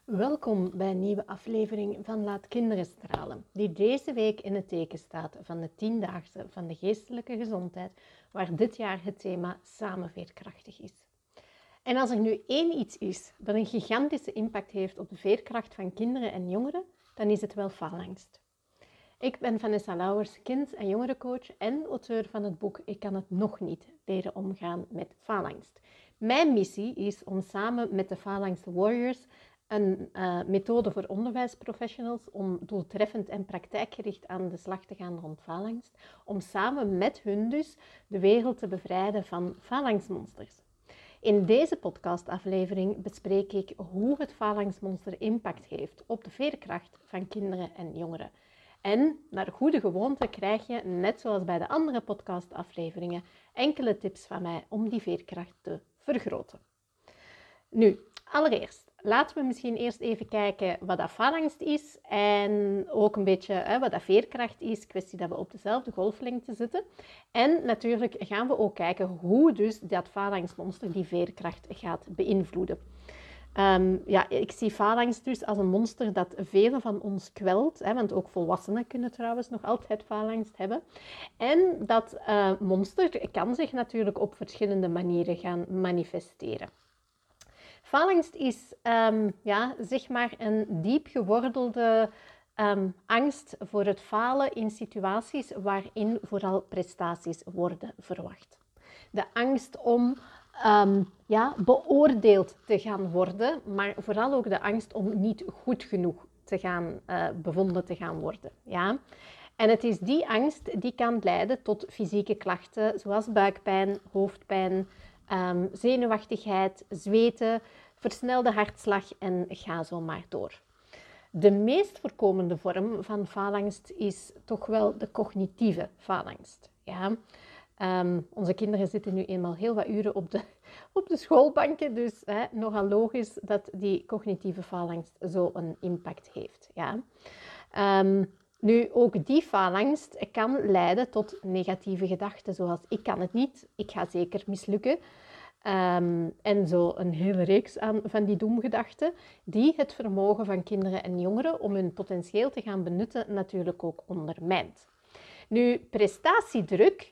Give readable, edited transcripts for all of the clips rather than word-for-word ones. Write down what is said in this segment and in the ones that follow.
Welkom bij een nieuwe aflevering van Laat Kinderen Stralen, die deze week in het teken staat van de 10-daagse van de geestelijke gezondheid, waar dit jaar het thema samen veerkrachtig is. En als er nu één iets is dat een gigantische impact heeft op de veerkracht van kinderen en jongeren, dan is het wel faalangst. Ik ben Vanessa Lauwers, kind- en jongerencoach en auteur van het boek Ik kan het nog niet leren omgaan met faalangst. Mijn missie is om samen met de Faalangst Warriors een methode voor onderwijsprofessionals om doeltreffend en praktijkgericht aan de slag te gaan rond faalangst, om samen met hun dus de wereld te bevrijden van faalangstmonsters. In deze podcastaflevering bespreek ik hoe het faalangstmonster impact heeft op de veerkracht van kinderen en jongeren. En naar goede gewoonte krijg je, net zoals bij de andere podcastafleveringen, enkele tips van mij om die veerkracht te vergroten. Nu, allereerst, laten we misschien eerst even kijken wat dat faalangst is en ook een beetje wat dat veerkracht is, kwestie dat we op dezelfde golflengte zitten. En natuurlijk gaan we ook kijken hoe dus dat faalangstmonster die veerkracht gaat beïnvloeden. Ik zie faalangst dus als een monster dat velen van ons kwelt, want ook volwassenen kunnen trouwens nog altijd faalangst hebben. En dat monster kan zich natuurlijk op verschillende manieren gaan manifesteren. Faalangst is zeg maar een diep gewortelde angst voor het falen in situaties waarin vooral prestaties worden verwacht. De angst om beoordeeld te gaan worden, maar vooral ook de angst om niet goed genoeg te gaan bevonden te gaan worden. Ja? En het is die angst die kan leiden tot fysieke klachten zoals buikpijn, hoofdpijn, zenuwachtigheid, zweten, versnelde hartslag en ga zo maar door. De meest voorkomende vorm van faalangst is toch wel de cognitieve faalangst. Ja? Onze kinderen zitten nu eenmaal heel wat uren op de schoolbanken, dus nogal logisch dat die cognitieve faalangst zo een impact heeft. Ja? Nu, ook die faalangst kan leiden tot negatieve gedachten, zoals ik kan het niet, ik ga zeker mislukken. En zo een hele reeks van die doemgedachten, die het vermogen van kinderen en jongeren om hun potentieel te gaan benutten natuurlijk ook ondermijnt. Nu, prestatiedruk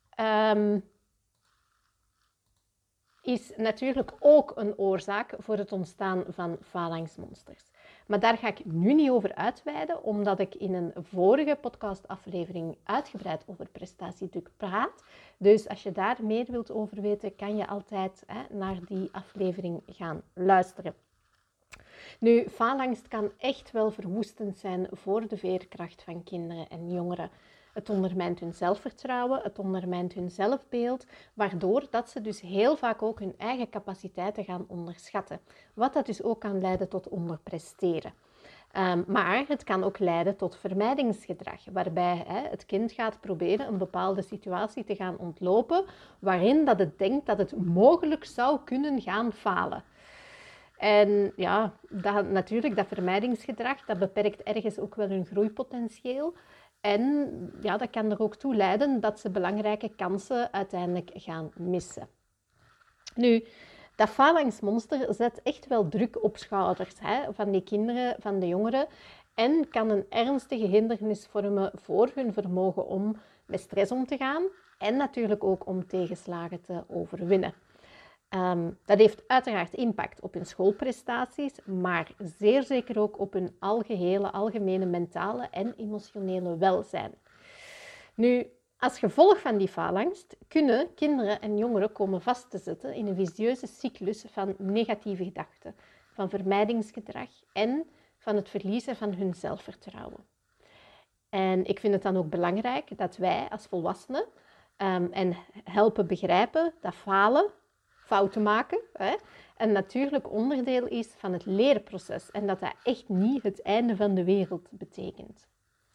is natuurlijk ook een oorzaak voor het ontstaan van faalangstmonsters. Maar daar ga ik nu niet over uitweiden, omdat ik in een vorige podcastaflevering uitgebreid over prestatiedruk praat. Dus als je daar meer wilt over weten, kan je altijd naar die aflevering gaan luisteren. Nu, faalangst kan echt wel verwoestend zijn voor de veerkracht van kinderen en jongeren. Het ondermijnt hun zelfvertrouwen, het ondermijnt hun zelfbeeld, waardoor dat ze dus heel vaak ook hun eigen capaciteiten gaan onderschatten. Wat dat dus ook kan leiden tot onderpresteren. Maar het kan ook leiden tot vermijdingsgedrag, waarbij het kind gaat proberen een bepaalde situatie te gaan ontlopen, waarin dat het denkt dat het mogelijk zou kunnen gaan falen. En ja, natuurlijk, dat vermijdingsgedrag, dat beperkt ergens ook wel hun groeipotentieel. En ja, dat kan er ook toe leiden dat ze belangrijke kansen uiteindelijk gaan missen. Nu, dat faalangstmonster zet echt wel druk op schouders van die kinderen, van de jongeren. En kan een ernstige hindernis vormen voor hun vermogen om met stress om te gaan. En natuurlijk ook om tegenslagen te overwinnen. Dat heeft uiteraard impact op hun schoolprestaties, maar zeer zeker ook op hun algemene mentale en emotionele welzijn. Nu, als gevolg van die faalangst kunnen kinderen en jongeren komen vast te zitten in een vicieuze cyclus van negatieve gedachten, van vermijdingsgedrag en van het verliezen van hun zelfvertrouwen. En ik vind het dan ook belangrijk dat wij als volwassenen en helpen begrijpen dat falen, fouten maken, een natuurlijk onderdeel is van het leerproces en dat echt niet het einde van de wereld betekent.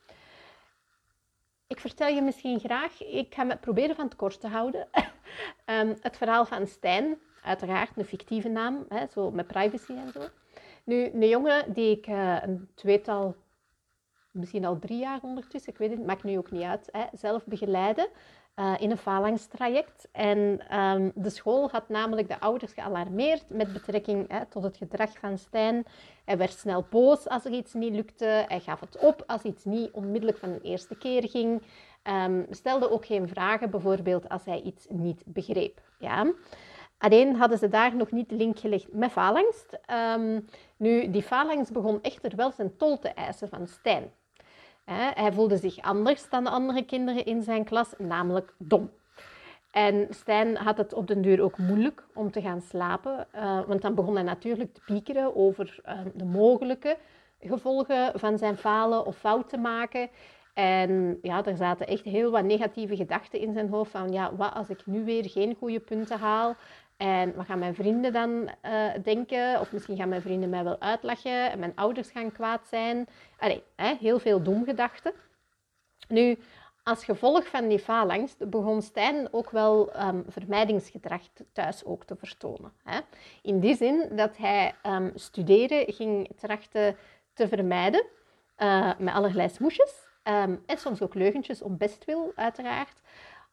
Ik vertel je misschien graag, ik ga me proberen van het kort te houden, het verhaal van Stijn, uiteraard een fictieve naam, zo met privacy en zo. Nu, een jongen die ik een tweetal, misschien al 3 jaar ondertussen, ik weet het, maakt nu ook niet uit, zelf begeleide. in een falangstraject. En de school had namelijk de ouders gealarmeerd met betrekking tot het gedrag van Stijn. Hij werd snel boos als er iets niet lukte. Hij gaf het op als iets niet onmiddellijk van de eerste keer ging. Stelde ook geen vragen, bijvoorbeeld als hij iets niet begreep. Ja. Alleen hadden ze daar nog niet de link gelegd met faalangst. Nu, die faalangst begon echter wel zijn tol te eisen van Stijn. Hij voelde zich anders dan de andere kinderen in zijn klas, namelijk dom. En Stijn had het op den duur ook moeilijk om te gaan slapen, want dan begon hij natuurlijk te piekeren over de mogelijke gevolgen van zijn falen of fouten maken. En ja, er zaten echt heel wat negatieve gedachten in zijn hoofd van, ja, wat als ik nu weer geen goede punten haal? En wat gaan mijn vrienden dan denken? Of misschien gaan mijn vrienden mij wel uitlachen en mijn ouders gaan kwaad zijn. Allee, heel veel doemgedachten. Nu, als gevolg van die faalangst begon Stijn ook wel vermijdingsgedrag thuis ook te vertonen. In die zin dat hij studeren ging trachten te vermijden met allerlei smoesjes. En soms ook leugentjes om bestwil, uiteraard.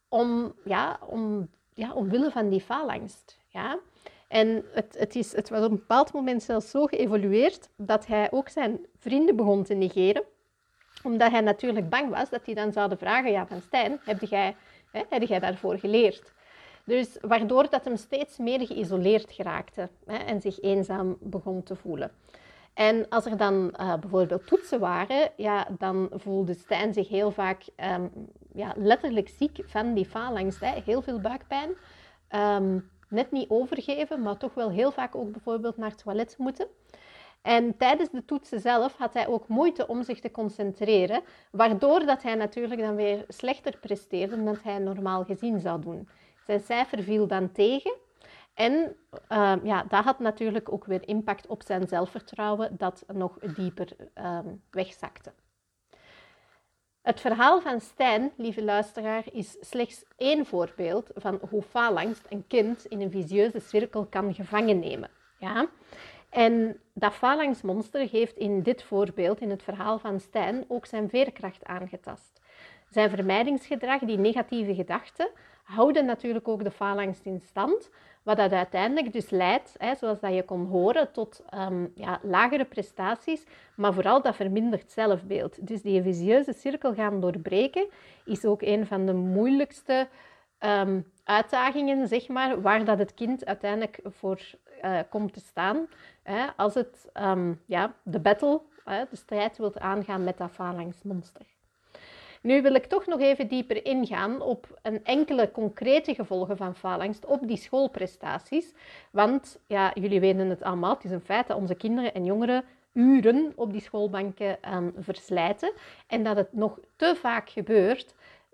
Omwille van die faalangst. Ja? En het was op een bepaald moment zelfs zo geëvolueerd dat hij ook zijn vrienden begon te negeren. Omdat hij natuurlijk bang was dat die dan zouden vragen, ja, van Stijn, heb jij daarvoor geleerd? Dus waardoor dat hem steeds meer geïsoleerd geraakte en zich eenzaam begon te voelen. En als er dan bijvoorbeeld toetsen waren, ja, dan voelde Stijn zich heel vaak letterlijk ziek van die faalangst. Heel veel buikpijn, net niet overgeven, maar toch wel heel vaak ook bijvoorbeeld naar het toilet moeten. En tijdens de toetsen zelf had hij ook moeite om zich te concentreren, waardoor dat hij natuurlijk dan weer slechter presteerde dan hij normaal gezien zou doen. Zijn cijfer viel dan tegen. En dat had natuurlijk ook weer impact op zijn zelfvertrouwen, dat nog dieper wegzakte. Het verhaal van Stijn, lieve luisteraar, is slechts één voorbeeld van hoe faalangst een kind in een vicieuze cirkel kan gevangen nemen. Ja? En dat faalangstmonster heeft in dit voorbeeld, in het verhaal van Stijn, ook zijn veerkracht aangetast. Zijn vermijdingsgedrag, die negatieve gedachten, houden natuurlijk ook de faalangst in stand, wat dat uiteindelijk dus leidt, zoals dat je kon horen, tot lagere prestaties, maar vooral dat verminderd zelfbeeld. Dus die vicieuze cirkel gaan doorbreken is ook een van de moeilijkste uitdagingen, zeg maar, waar dat het kind uiteindelijk voor komt te staan. Als het de battle, de strijd wilt aangaan met dat faalangstmonster. Nu wil ik toch nog even dieper ingaan op een enkele concrete gevolgen van faalangst op die schoolprestaties. Want ja, jullie weten het allemaal, het is een feit dat onze kinderen en jongeren uren op die schoolbanken verslijten. En dat het nog te vaak gebeurt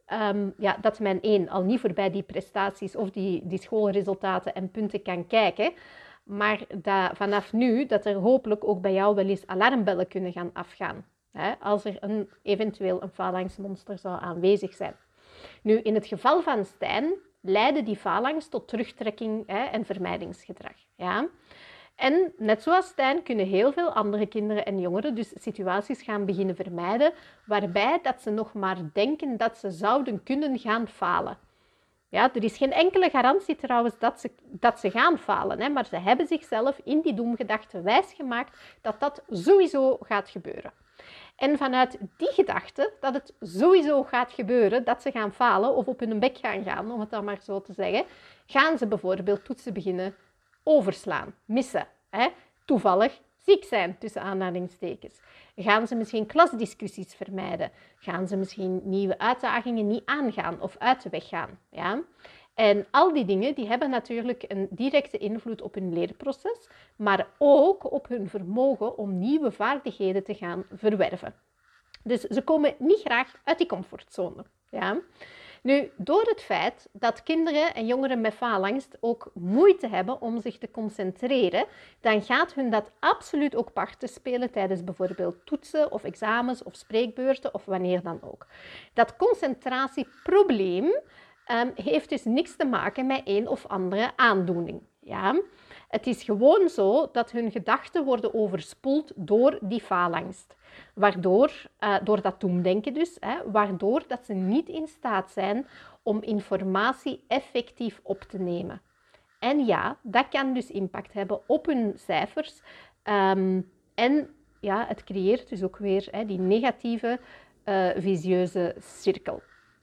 dat men al niet voorbij die prestaties of die schoolresultaten en punten kan kijken. Maar dat vanaf nu dat er hopelijk ook bij jou wel eens alarmbellen kunnen gaan afgaan. Als er eventueel een faalangstmonster zou aanwezig zijn. Nu, in het geval van Stijn leidde die faalangst tot terugtrekking en vermijdingsgedrag. Ja? En net zoals Stijn kunnen heel veel andere kinderen en jongeren dus situaties gaan beginnen vermijden waarbij dat ze nog maar denken dat ze zouden kunnen gaan falen. Ja, er is geen enkele garantie trouwens dat ze gaan falen, maar ze hebben zichzelf in die doemgedachte wijsgemaakt dat dat sowieso gaat gebeuren. En vanuit die gedachte dat het sowieso gaat gebeuren dat ze gaan falen of op hun bek gaan, om het dan maar zo te zeggen, gaan ze bijvoorbeeld toetsen beginnen overslaan, missen, toevallig ziek zijn, tussen aanhalingstekens. Gaan ze misschien klasdiscussies vermijden? Gaan ze misschien nieuwe uitdagingen niet aangaan of uit de weg gaan? Ja? En al die dingen die hebben natuurlijk een directe invloed op hun leerproces, maar ook op hun vermogen om nieuwe vaardigheden te gaan verwerven. Dus ze komen niet graag uit die comfortzone. Ja? Nu, door het feit dat kinderen en jongeren met faalangst ook moeite hebben om zich te concentreren, dan gaat hun dat absoluut ook parten spelen tijdens bijvoorbeeld toetsen of examens of spreekbeurten of wanneer dan ook. Dat concentratieprobleem heeft dus niks te maken met een of andere aandoening. Ja? Het is gewoon zo dat hun gedachten worden overspoeld door die faalangst. Waardoor, door dat doemdenken dus, waardoor dat ze niet in staat zijn om informatie effectief op te nemen. En ja, dat kan dus impact hebben op hun cijfers. En ja, het creëert dus ook weer die negatieve, visieuze cirkel.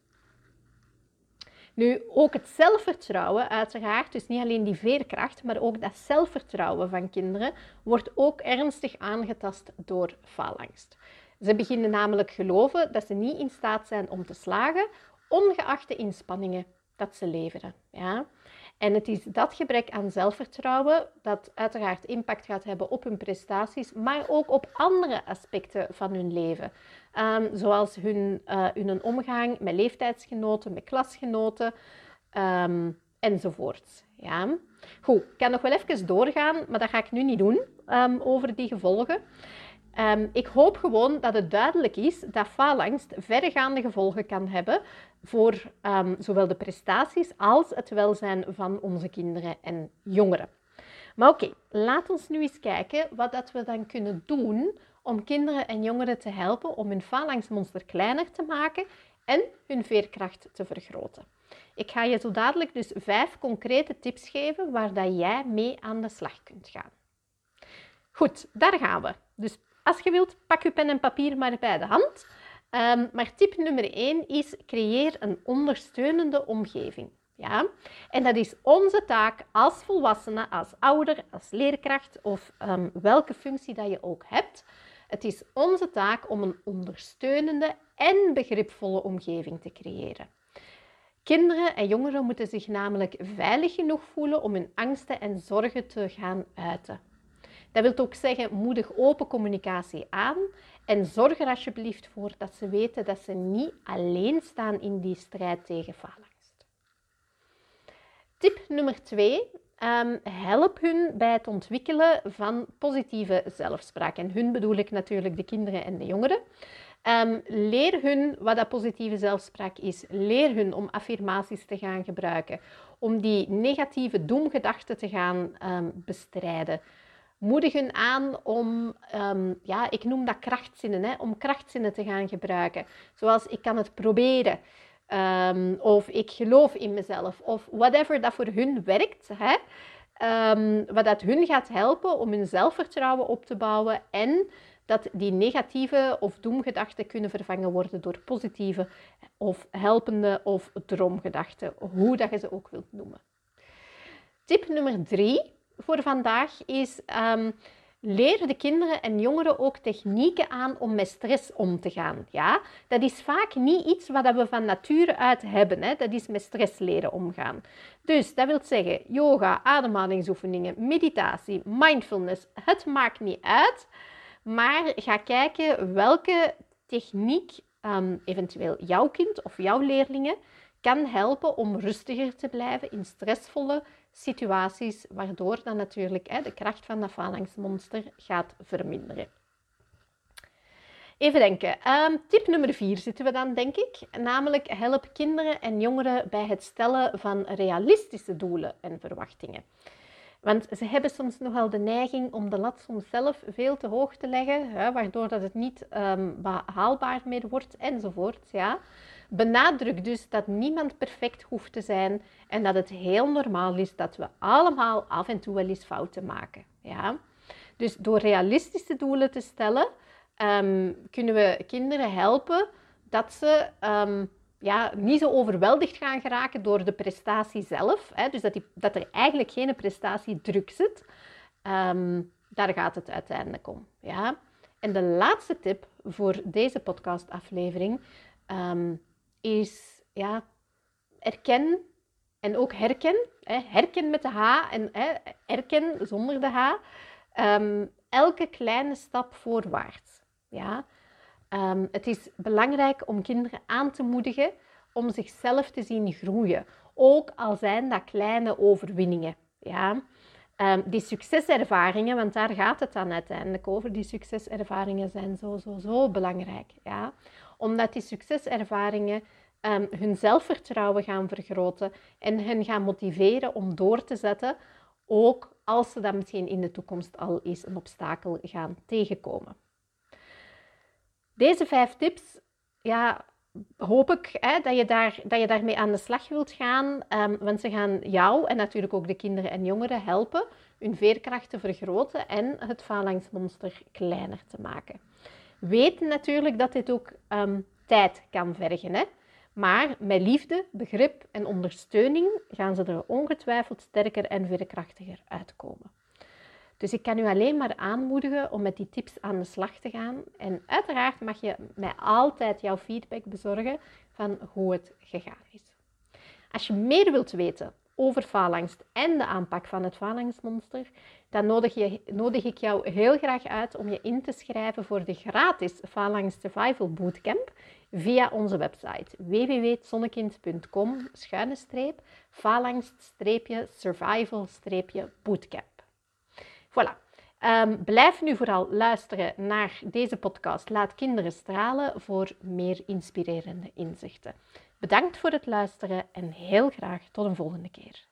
Nu, ook het zelfvertrouwen uiteraard, dus niet alleen die veerkracht, maar ook dat zelfvertrouwen van kinderen wordt ook ernstig aangetast door faalangst. Ze beginnen namelijk geloven dat ze niet in staat zijn om te slagen, ongeacht de inspanningen dat ze leveren. Ja? En het is dat gebrek aan zelfvertrouwen dat uiteraard impact gaat hebben op hun prestaties, maar ook op andere aspecten van hun leven. Zoals hun omgang met leeftijdsgenoten, met klasgenoten enzovoort. Ja. Goed, ik kan nog wel even doorgaan, maar dat ga ik nu niet doen over die gevolgen. Ik hoop gewoon dat het duidelijk is dat faalangst verregaande gevolgen kan hebben voor zowel de prestaties als het welzijn van onze kinderen en jongeren. Maar oké, laat ons nu eens kijken wat dat we dan kunnen doen om kinderen en jongeren te helpen om hun faalangstmonster kleiner te maken en hun veerkracht te vergroten. Ik ga je zo dadelijk dus 5 concrete tips geven waar dat jij mee aan de slag kunt gaan. Goed, daar gaan we. Dus als je wilt, pak je pen en papier maar bij de hand. Maar tip nummer 1 is, creëer een ondersteunende omgeving. Ja? En dat is onze taak als volwassene, als ouder, als leerkracht of welke functie dat je ook hebt. Het is onze taak om een ondersteunende en begripvolle omgeving te creëren. Kinderen en jongeren moeten zich namelijk veilig genoeg voelen om hun angsten en zorgen te gaan uiten. Dat wil ook zeggen, moedig open communicatie aan en zorg er alsjeblieft voor dat ze weten dat ze niet alleen staan in die strijd tegen faalangst. Tip nummer 2. Help hun bij het ontwikkelen van positieve zelfspraak. En hun bedoel ik natuurlijk de kinderen en de jongeren. Leer hun wat dat positieve zelfspraak is. Leer hun om affirmaties te gaan gebruiken. Om die negatieve doemgedachten te gaan bestrijden. Moedig hen aan om, ik noem dat krachtzinnen, om krachtzinnen te gaan gebruiken. Zoals ik kan het proberen. Of ik geloof in mezelf. Of whatever dat voor hun werkt. Wat dat hun gaat helpen om hun zelfvertrouwen op te bouwen. En dat die negatieve of doemgedachten kunnen vervangen worden door positieve of helpende of droomgedachten. Hoe dat je ze ook wilt noemen. Tip nummer 3 voor vandaag is... leer de kinderen en jongeren ook technieken aan om met stress om te gaan. Ja? Dat is vaak niet iets wat we van nature uit hebben. Hè? Dat is met stress leren omgaan. Dus dat wil zeggen yoga, ademhalingsoefeningen, meditatie, mindfulness. Het maakt niet uit. Maar ga kijken welke techniek eventueel jouw kind of jouw leerlingen kan helpen om rustiger te blijven in stressvolle situaties, waardoor dan natuurlijk de kracht van dat faalangstmonster gaat verminderen. Even denken. Tip nummer 4 zitten we dan, denk ik. Namelijk, help kinderen en jongeren bij het stellen van realistische doelen en verwachtingen. Want ze hebben soms nogal de neiging om de lat soms zelf veel te hoog te leggen, waardoor dat het niet haalbaar meer wordt enzovoort. Ja. Benadruk dus dat niemand perfect hoeft te zijn en dat het heel normaal is dat we allemaal af en toe wel eens fouten maken. Ja. Dus door realistische doelen te stellen, kunnen we kinderen helpen dat ze niet zo overweldigd gaan geraken door de prestatie zelf. Dus dat er eigenlijk geen prestatiedruk zit. Daar gaat het uiteindelijk om. Ja. En de laatste tip voor deze podcastaflevering is erken en ook herken. Herken met de H en erken zonder de H. Elke kleine stap voorwaarts. Ja. Het is belangrijk om kinderen aan te moedigen om zichzelf te zien groeien. Ook al zijn dat kleine overwinningen. Ja. Die succeservaringen, want daar gaat het dan uiteindelijk over. Die succeservaringen zijn zo belangrijk. Ja. Omdat die succeservaringen hun zelfvertrouwen gaan vergroten en hen gaan motiveren om door te zetten. Ook als ze dan misschien in de toekomst al eens een obstakel gaan tegenkomen. Deze 5 tips hoop ik dat je daarmee aan de slag wilt gaan, want ze gaan jou en natuurlijk ook de kinderen en jongeren helpen hun veerkracht te vergroten en het phalanxmonster kleiner te maken. Weet natuurlijk dat dit ook tijd kan vergen, hè? Maar met liefde, begrip en ondersteuning gaan ze er ongetwijfeld sterker en veerkrachtiger uitkomen. Dus ik kan u alleen maar aanmoedigen om met die tips aan de slag te gaan. En uiteraard mag je mij altijd jouw feedback bezorgen van hoe het gegaan is. Als je meer wilt weten over faalangst en de aanpak van het phalanxmonster, dan nodig ik jou heel graag uit om je in te schrijven voor de gratis Phalanx Survival Bootcamp via onze website www.zonnekindcom/phalanx-survival-bootcamp. Voilà. Blijf nu vooral luisteren naar deze podcast Laat Kinderen Stralen voor meer inspirerende inzichten. Bedankt voor het luisteren en heel graag tot een volgende keer.